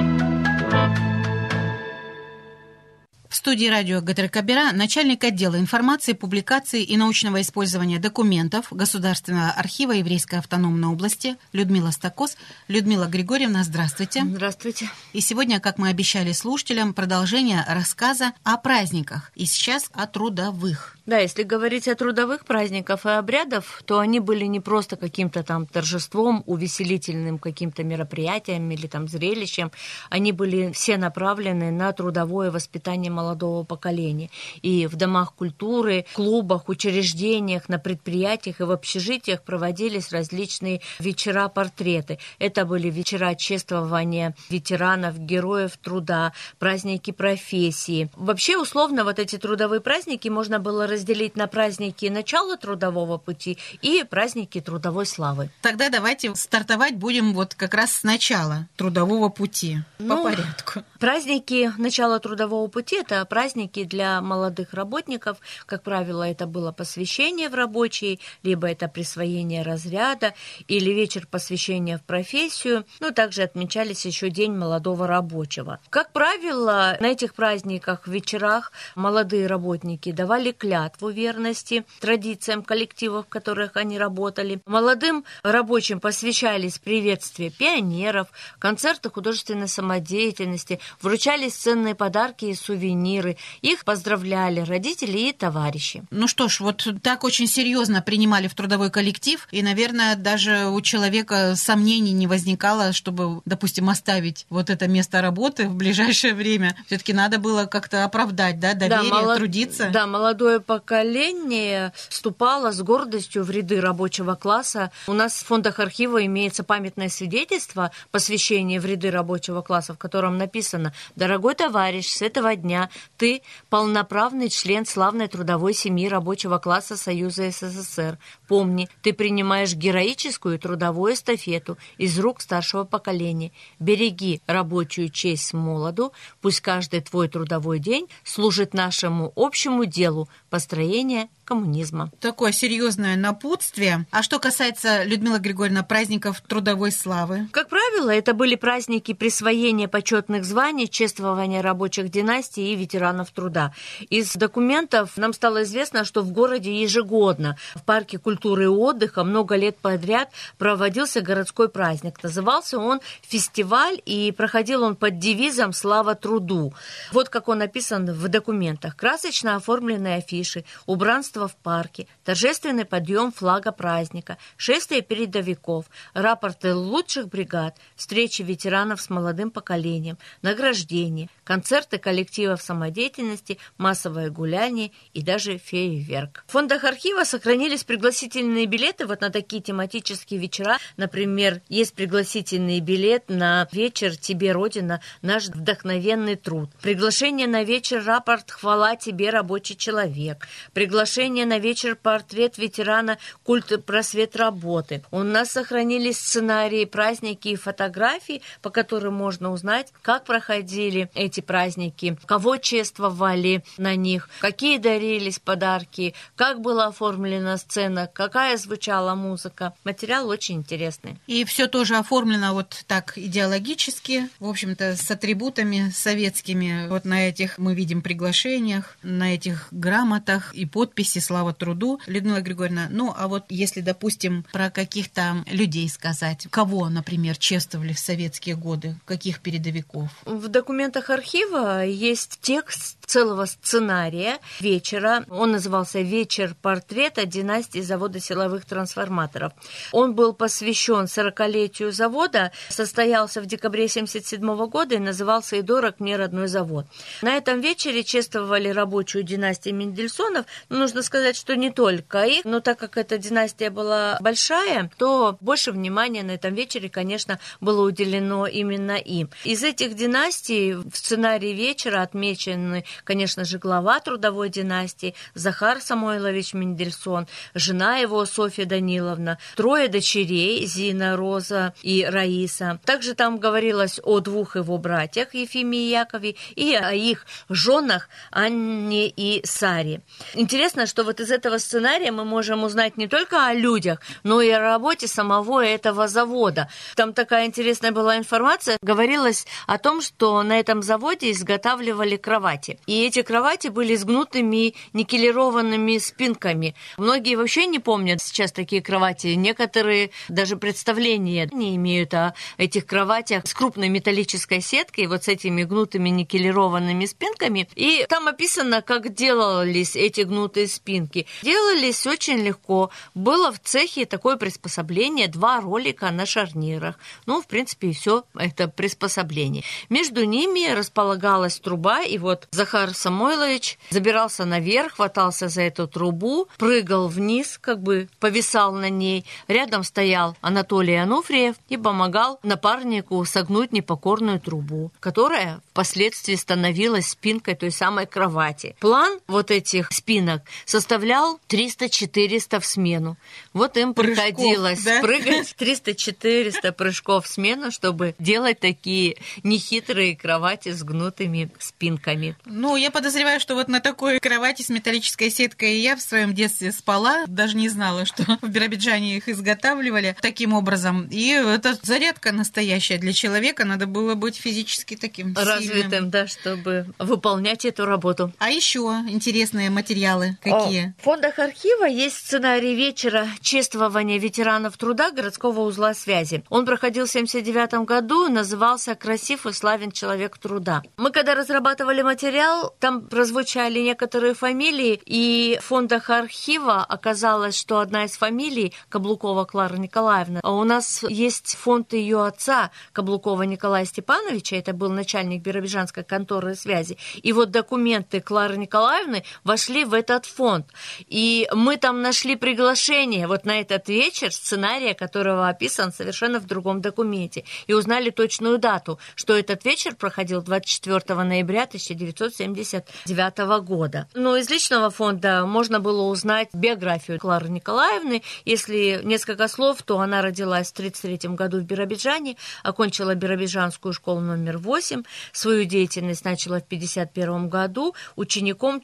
В студии радио ГТРК-Бира начальник отдела информации, публикации и научного использования документов Государственного архива Еврейской автономной области Людмила Стакос. Людмила Григорьевна, здравствуйте. Здравствуйте. И сегодня, как мы обещали слушателям, продолжение рассказа о праздниках. И сейчас о трудовых. Да, если говорить о трудовых праздниках и обрядов, то они были не просто каким-то там торжеством, увеселительным каким-то мероприятием или там зрелищем. Они были все направлены на трудовое воспитание молодого поколения. И в домах культуры, клубах, учреждениях, на предприятиях и в общежитиях проводились различные вечера-портреты. Это были вечера чествования ветеранов, героев труда, праздники профессии. Вообще, условно, вот эти трудовые праздники можно было разделить на праздники начала трудового пути и праздники трудовой славы. Тогда давайте стартовать будем вот как раз с начала трудового пути, ну, по порядку. Праздники начала трудового пути – это праздники для молодых работников. Как правило, это было посвящение в рабочий, либо это присвоение разряда, или вечер посвящения в профессию. Ну, также отмечались еще День молодого рабочего. Как правило, на этих праздниках, вечерах молодые работники давали клятву верности традициям коллективов, в которых они работали. Молодым рабочим посвящались приветствия пионеров, концерты художественной самодеятельности, вручались ценные подарки и сувениры. Их поздравляли родители и товарищи. Ну что ж, вот так очень серьезно принимали в трудовой коллектив, и, наверное, даже у человека сомнений не возникало, чтобы, допустим, оставить вот это место работы в ближайшее время. Все-таки надо было как-то оправдать, да, доверие, да, молод... трудиться. Да, молодое поколение вступало с гордостью в ряды рабочего класса. У нас в фондах архива имеется памятное свидетельство посвящения в ряды рабочего класса, в котором написано: «Дорогой товарищ, с этого дня ты полноправный член славной трудовой семьи рабочего класса Союза СССР. Помни, ты принимаешь героическую трудовую эстафету из рук старшего поколения. Береги рабочую честь с молоду, пусть каждый твой трудовой день служит нашему общему делу построения коммунизма». Такое серьезное напутствие. А что касается, Людмила Григорьевна, праздников трудовой славы? Как правило, это были праздники присвоения почетных званий, чествования рабочих династий и ветеранов труда. Из документов нам стало известно, что в городе ежегодно в парке культуры и отдыха много лет подряд проводился городской праздник. Назывался он «Фестиваль», и проходил он под девизом «Слава труду». Вот как он написан в документах. Красочно оформленные афиши, убранство дежурство в парке, торжественный подъем флага праздника, шествие передовиков, рапорты лучших бригад, встречи ветеранов с молодым поколением, награждения, концерты коллективов самодеятельности, массовое гуляние и даже фейерверк. В фондах архива сохранились пригласительные билеты вот на такие тематические вечера. Например, есть пригласительный билет на вечер «Тебе, Родина, наш вдохновенный труд». Приглашение на вечер «Рапорт «Хвала тебе, рабочий человек». Приглашение на вечер «Портрет ветерана. Культ просвет работы». У нас сохранились сценарии, праздники и фотографии, по которым можно узнать, как проходили эти праздники, кого чествовали на них, какие дарились подарки, как была оформлена сцена, какая звучала музыка. Материал очень интересный. И все тоже оформлено вот так идеологически, в общем-то, с атрибутами советскими. Вот на этих мы видим приглашениях, на этих грамотах и подписи «Слава труду». Людмила Григорьевна, ну а вот если, допустим, про каких-то людей сказать, кого, например, чествовали в советские годы, каких передовиков? В документах архива есть текст целого сценария вечера. Он назывался «Вечер портрета династии завода силовых трансформаторов». Он был посвящен сорокалетию завода, состоялся в декабре семьдесят седьмого года и назывался «И дорог мне родной завод». На этом вечере чествовали рабочую династию Мендельсонов. Нужно сказать, что не только их, но так как эта династия была большая, то больше внимания на этом вечере, конечно, было уделено именно им. Из этих династий в сценарии вечера отмечены, конечно же, глава трудовой династии Захар Самойлович Мендельсон, жена его Софья Даниловна, трое дочерей Зина, Роза и Раиса. Также там говорилось о двух его братьях Ефиме и Якове и о их женах Анне и Саре. Интересно, что вот из этого сценария мы можем узнать не только о людях, но и о работе самого этого завода. Там такая интересная была информация. Говорилось о том, что на этом заводе изготавливали кровати. И эти кровати были с гнутыми никелированными спинками. Многие вообще не помнят сейчас такие кровати. Некоторые даже представления не имеют о этих кроватях с крупной металлической сеткой, вот с этими гнутыми никелированными спинками. И там описано, как делались эти гнутые спинки. Делались очень легко. Было в цехе такое приспособление, два ролика на шарнирах. Ну, в принципе, и все это приспособление. Между ними располагалась труба, и вот Захар Самойлович забирался наверх, хватался за эту трубу, прыгал вниз, как бы повисал на ней. Рядом стоял Анатолий Ануфриев и помогал напарнику согнуть непокорную трубу, которая впоследствии становилась спинкой той самой кровати. План вот этих спинок составлял триста-четыреста в смену. Вот им прыжков, приходилось да? прыгать триста-четыреста прыжков в смену, чтобы делать такие нехитрые кровати с гнутыми спинками. Ну, я подозреваю, что вот на такой кровати с металлической сеткой я в своем детстве спала, даже не знала, что в Биробиджане их изготавливали таким образом. И это зарядка настоящая для человека, надо было быть физически таким развитым, сильным. Да, чтобы выполнять эту работу. А еще интересные материалы какие? О, в фондах архива есть сценарий вечера чествования ветеранов труда городского узла связи. Он проходил в семьдесят девятом году и назывался «Красив и славен человек труда». Мы когда разрабатывали материал, там прозвучали некоторые фамилии, и в фондах архива оказалось, что одна из фамилий Каблукова Клара Николаевна. А у нас есть фонд ее отца Каблукова Николая Степановича, это был начальник биробиджанской конторы связи. И вот документы Клары Николаевны вошли в этот фонд. И мы там нашли приглашение вот на этот вечер, сценария которого описан совершенно в другом документе. И узнали точную дату, что этот вечер проходил двадцать четвёртого ноября тысяча девятьсот семьдесят девятого года. Но из личного фонда можно было узнать биографию Клары Николаевны. Если несколько слов, то она родилась в тридцать третьем году в Биробиджане, окончила Биробиджанскую школу номер восемь, свою деятельность начала в пятьдесят первом году учеником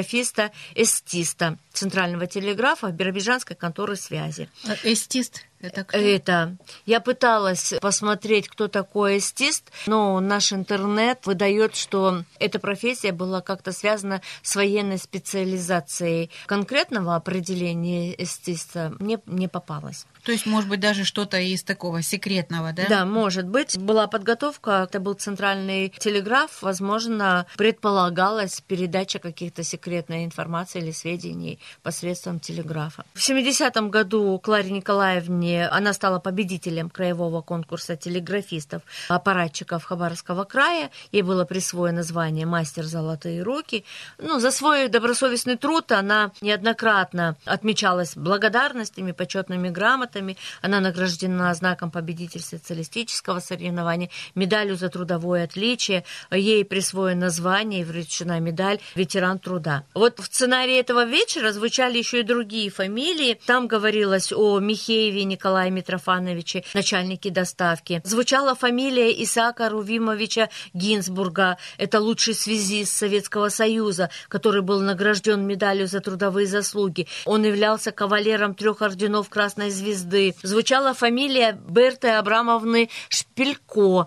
телеграфиста-эстиста Центрального телеграфа Биробиджанской конторы связи. Эстист? Это кто? Это. Я пыталась посмотреть, кто такой эстист, но наш интернет выдает, что эта профессия была как-то связана с военной специализацией. Конкретного определения эстиста мне не попалось. То есть, может быть, даже что-то из такого секретного, да? Да, может быть. Была подготовка, это был центральный телеграф, возможно, предполагалась передача каких-то секретной информации или сведений посредством телеграфа. В семидесятом году Кларе Николаевне, она стала победителем краевого конкурса телеграфистов, аппаратчиков Хабаровского края. Ей было присвоено звание «Мастер золотые руки». Ну, за свой добросовестный труд она неоднократно отмечалась благодарностями, почетными грамотами. Она награждена знаком победителя социалистического соревнования, медалью за трудовое отличие. Ей присвоено звание и вручена медаль «Ветеран труда». Вот в сценарии этого вечера звучали еще и другие фамилии. Там говорилось о Михееве Николае Митрофановиче, начальнике доставки. Звучала фамилия Исаака Рувимовича Гинзбурга. Это лучший связист Советского Союза, который был награжден медалью за трудовые заслуги. Он являлся кавалером трех орденов Красной Звезды. Звучала фамилия Берты Абрамовны Шпилько.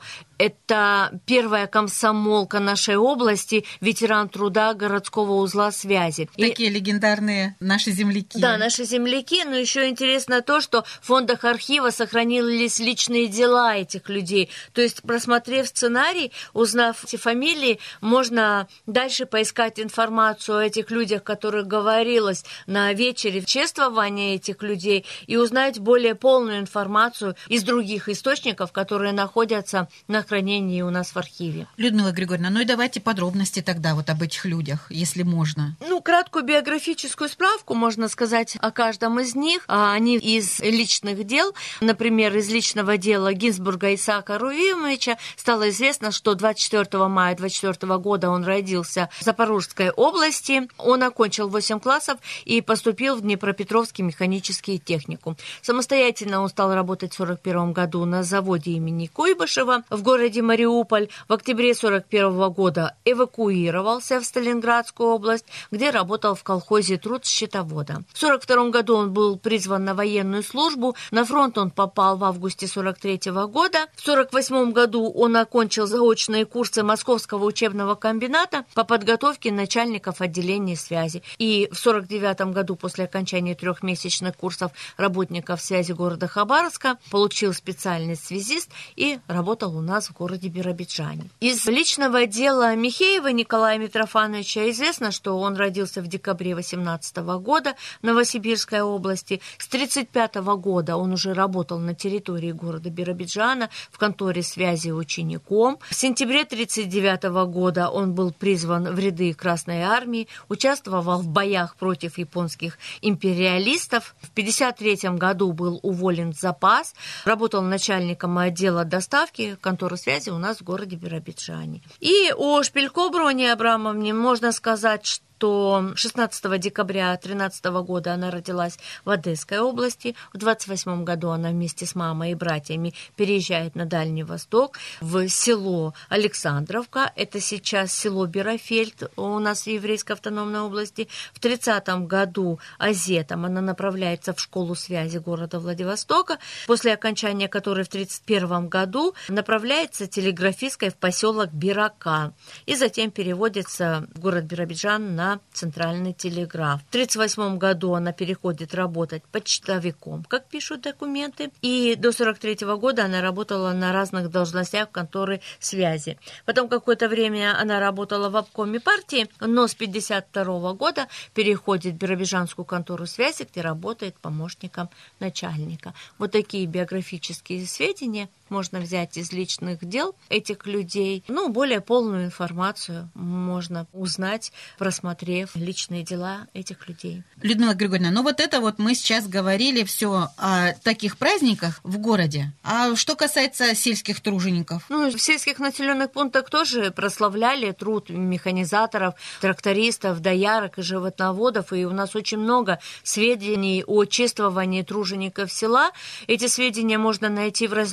Это первая комсомолка нашей области, ветеран труда городского узла связи. Такие и... легендарные наши земляки. Да, наши земляки, но еще интересно то, что в фондах архива сохранились личные дела этих людей. То есть, просмотрев сценарий, узнав эти фамилии, можно дальше поискать информацию о этих людях, о которых говорилось на вечере чествования этих людей, и узнать более полную информацию из других источников, которые находятся на хранении у нас в архиве. Людмила Григорьевна, ну и давайте подробности тогда вот об этих людях, если можно. Ну, краткую биографическую справку можно сказать о каждом из них. Они из личных дел, например, из личного дела Гинзбурга Исаака Рувимовича стало известно, что двадцать четвёртого мая двадцать четвёртого года он родился в Запорожской области. Он окончил восемь классов и поступил в Днепропетровский механический техникум. Самостоятельно он стал работать в сорок первом году на заводе имени Куйбышева в городе городе Мариуполь. В октябре сорок первого года эвакуировался в Сталинградскую область, где работал в колхозе труд счетовода. В сорок втором году он был призван на военную службу. На фронт он попал в августе сорок третьего года. В сорок восьмом году он окончил заочные курсы Московского учебного комбината по подготовке начальников отделения связи. И в сорок девятом году после окончания трехмесячных курсов работников связи города Хабаровска получил специальность связист и работал у нас в городе Биробиджане. Из личного дела Михеева Николая Митрофановича известно, что он родился в декабре восемнадцатого года в Новосибирской области. С тридцать пятого года он уже работал на территории города Биробиджана в конторе связи учеником. В сентябре тридцать девятого года он был призван в ряды Красной армии, участвовал в боях против японских империалистов. В пятьдесят третьем году был уволен в запас, работал начальником отдела доставки конторы связи у нас в городе Биробиджане. И о Шпилько Броне Абрамовне можно сказать, что то шестнадцатого декабря тринадцатого года она родилась в Одесской области. В двадцать восьмом году она вместе с мамой и братьями переезжает на Дальний Восток, в село Александровка. Это сейчас село Бирофельд у нас в Еврейской автономной области. В тридцатом году азетом она направляется в школу связи города Владивостока, после окончания которой в тридцать первом году направляется телеграфисткой в поселок Бирака и затем переводится в город Биробиджан на центральный телеграф. В тридцать восьмом году она переходит работать почтовиком, как пишут документы, и до сорок третьего года она работала на разных должностях конторы связи. Потом какое-то время она работала в обкоме партии, но с пятьдесят второго года переходит в Биробиджанскую контору связи, где работает помощником начальника. Вот такие биографические сведения можно взять из личных дел этих людей. Ну, более полную информацию можно узнать, просмотрев личные дела этих людей. Людмила Григорьевна, ну вот это вот мы сейчас говорили все о таких праздниках в городе. А что касается сельских тружеников? Ну, в сельских населенных пунктах тоже прославляли труд механизаторов, трактористов, доярок и животноводов. И у нас очень много сведений о чествовании тружеников села. Эти сведения можно найти в различных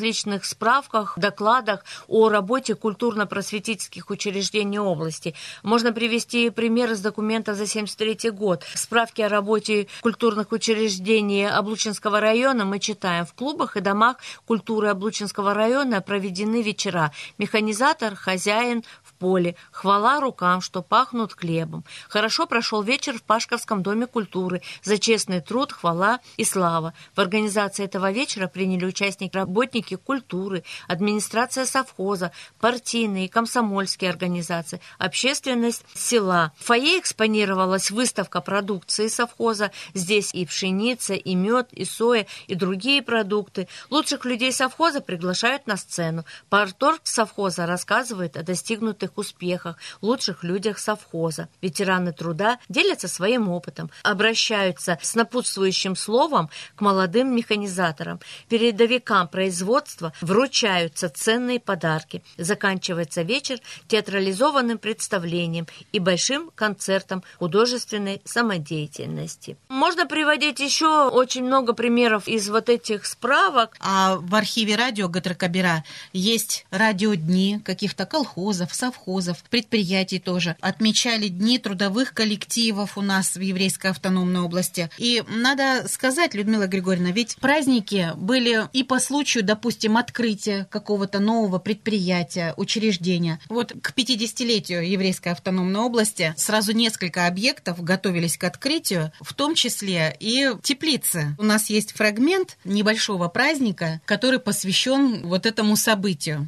различных справках, докладах о работе культурно-просветительских учреждений области. Можно привести пример из документов за семьдесят третий год. В справке о работе культурных учреждений Облучинского района мы читаем: в клубах и домах культуры Облучинского района проведены вечера. Механизатор, хозяин в поле. Хвала рукам, что пахнут хлебом. Хорошо прошел вечер в Пашковском доме культуры. За честный труд, хвала и слава. В организации этого вечера приняли участники, работники культуры, администрация совхоза, партийные и комсомольские организации, общественность села. В фойе экспонировалась выставка продукции совхоза. Здесь и пшеница, и мед, и соя, и другие продукты. Лучших людей совхоза приглашают на сцену. Парторг совхоза рассказывает о достигнутых успехах, лучших людях совхоза. Ветераны труда делятся своим опытом, обращаются с напутствующим словом к молодым механизаторам. Передовикам производства вручаются ценные подарки. Заканчивается вечер театрализованным представлением и большим концертом художественной самодеятельности. Можно приводить еще очень много примеров из вот этих справок. А в архиве радио Гатракабира есть радиодни каких-то колхозов, совхозов, предприятий тоже. Отмечали дни трудовых коллективов у нас в Еврейской автономной области. И надо сказать, Людмила Григорьевна, ведь праздники были и по случаю, допустим, открытия какого-то нового предприятия, учреждения. Вот к пятидесятилетию Еврейской автономной области сразу несколько объектов готовились к открытию, в том числе и теплицы. У нас есть фрагмент небольшого праздника, который посвящен вот этому событию.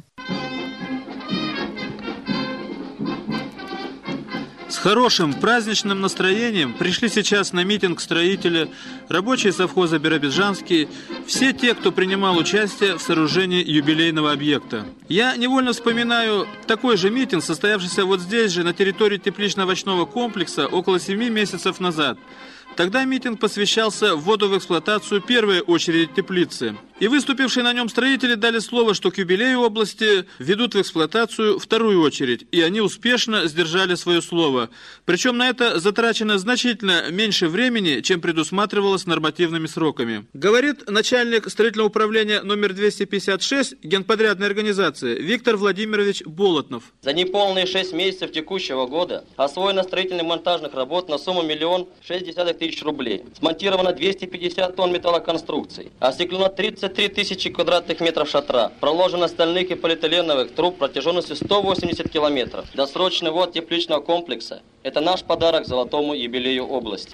С хорошим праздничным настроением пришли сейчас на митинг строители, рабочие совхоза Биробиджанский, все те, кто принимал участие в сооружении юбилейного объекта. Я невольно вспоминаю такой же митинг, состоявшийся вот здесь же, на территории теплично-овощного комплекса, около семи месяцев назад. Тогда митинг посвящался вводу в эксплуатацию первой очереди теплицы. И выступившие на нем строители дали слово, что к юбилею области ведут в эксплуатацию вторую очередь. И они успешно сдержали свое слово. Причем на это затрачено значительно меньше времени, чем предусматривалось нормативными сроками. Говорит начальник строительного управления номер двести пятьдесят шесть генподрядной организации Виктор Владимирович Болотнов. За неполные шесть месяцев текущего года освоено строительно-монтажных работ на сумму миллион шесть десятых тысяч рублей. Смонтировано двести пятьдесят тонн металлоконструкций. Остеклено тридцать три тысячи квадратных метров шатра. Проложено стальных и полиэтиленовых труб протяженностью сто восемьдесят километров. Досрочный ввод тепличного комплекса – это наш подарок золотому юбилею области.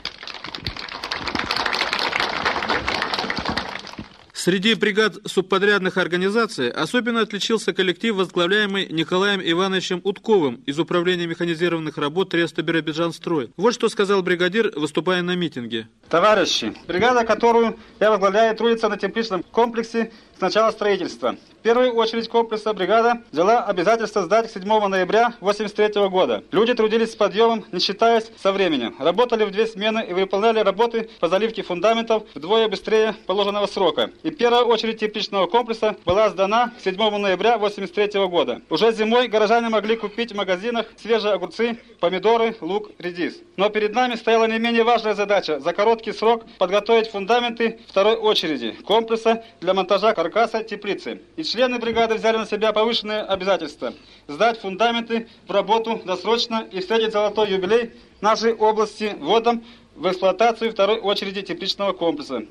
Среди бригад субподрядных организаций особенно отличился коллектив, возглавляемый Николаем Ивановичем Утковым из Управления механизированных работ Треста Биробиджанстрой. Вот что сказал бригадир, выступая на митинге. Товарищи, бригада, которую я возглавляю, трудится на тепличном комплексе с начала строительства. В первую очередь комплекса бригада взяла обязательство сдать к седьмого ноября восемьдесят третьего года. Люди трудились с подъемом, не считаясь со временем. Работали в две смены и выполняли работы по заливке фундаментов вдвое быстрее положенного срока. И первая очередь тепличного комплекса была сдана к седьмого ноября восемьдесят третьего года. Уже зимой горожане могли купить в магазинах свежие огурцы, помидоры, лук, редис. Но перед нами стояла не менее важная задача за короткий срок подготовить фундаменты второй очереди комплекса для монтажа каркаса теплицы. И члены бригады взяли на себя повышенные обязательства сдать фундаменты в работу досрочно и встретить золотой юбилей нашей области вводом в эксплуатацию второй очереди тепличного комплекса.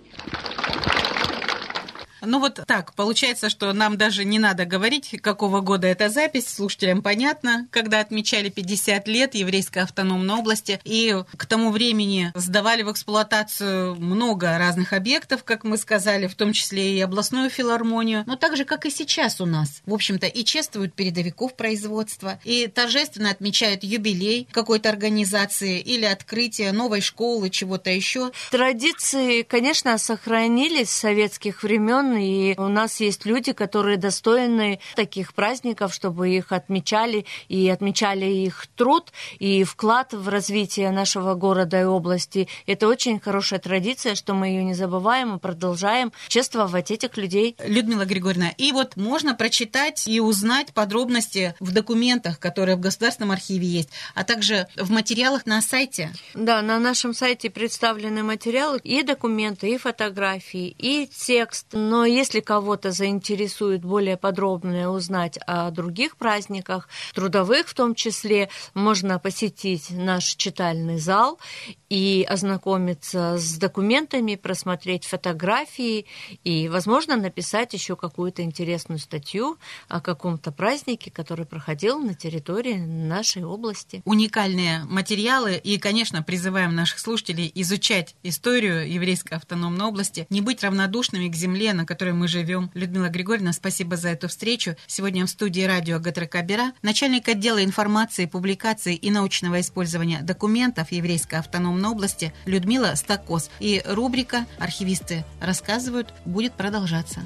Ну вот так, получается, что нам даже не надо говорить, какого года эта запись, слушателям понятно, когда отмечали пятьдесят лет Еврейской автономной области, и к тому времени сдавали в эксплуатацию много разных объектов, как мы сказали, в том числе и областную филармонию, но так же, как и сейчас у нас, в общем-то, и чествуют передовиков производства, и торжественно отмечают юбилей какой-то организации или открытие новой школы, чего-то еще. Традиции, конечно, сохранились с советских времен, и у нас есть люди, которые достойны таких праздников, чтобы их отмечали, и отмечали их труд и вклад в развитие нашего города и области. Это очень хорошая традиция, что мы ее не забываем и продолжаем чествовать этих людей. Людмила Григорьевна, и вот можно прочитать и узнать подробности в документах, которые в Государственном архиве есть, а также в материалах на сайте. Да, на нашем сайте представлены материалы и документы, и фотографии, и текст, но Но если кого-то заинтересует более подробно узнать о других праздниках, трудовых в том числе, можно посетить наш читальный зал и ознакомиться с документами, просмотреть фотографии и, возможно, написать еще какую-то интересную статью о каком-то празднике, который проходил на территории нашей области. Уникальные материалы и, конечно, призываем наших слушателей изучать историю еврейской автономной области, не быть равнодушными к земле, на которой мы живем. Людмила Григорьевна, спасибо за эту встречу. Сегодня в студии радио Гатрека Бера начальник отдела информации, публикации и научного использования документов еврейской автономной области Людмила Стакос. И рубрика «Архивисты рассказывают» будет продолжаться.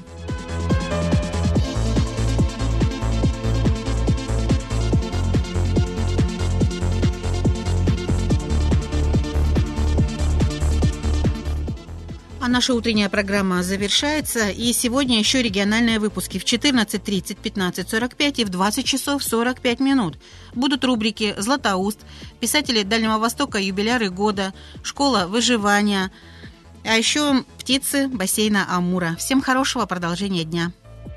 А наша утренняя программа завершается, и сегодня еще региональные выпуски в четырнадцать тридцать, пятнадцать сорок пять и в двадцать часов сорок пять минут. Будут рубрики «Златоуст», писатели Дальнего Востока, юбиляры года, школа выживания, а еще птицы бассейна Амура. Всем хорошего продолжения дня.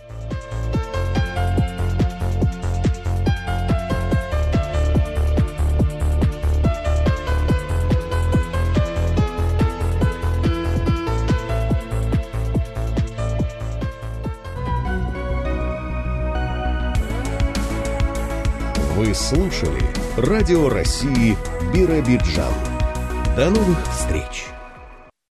Вы слушали Радио России Биробиджан. До новых встреч!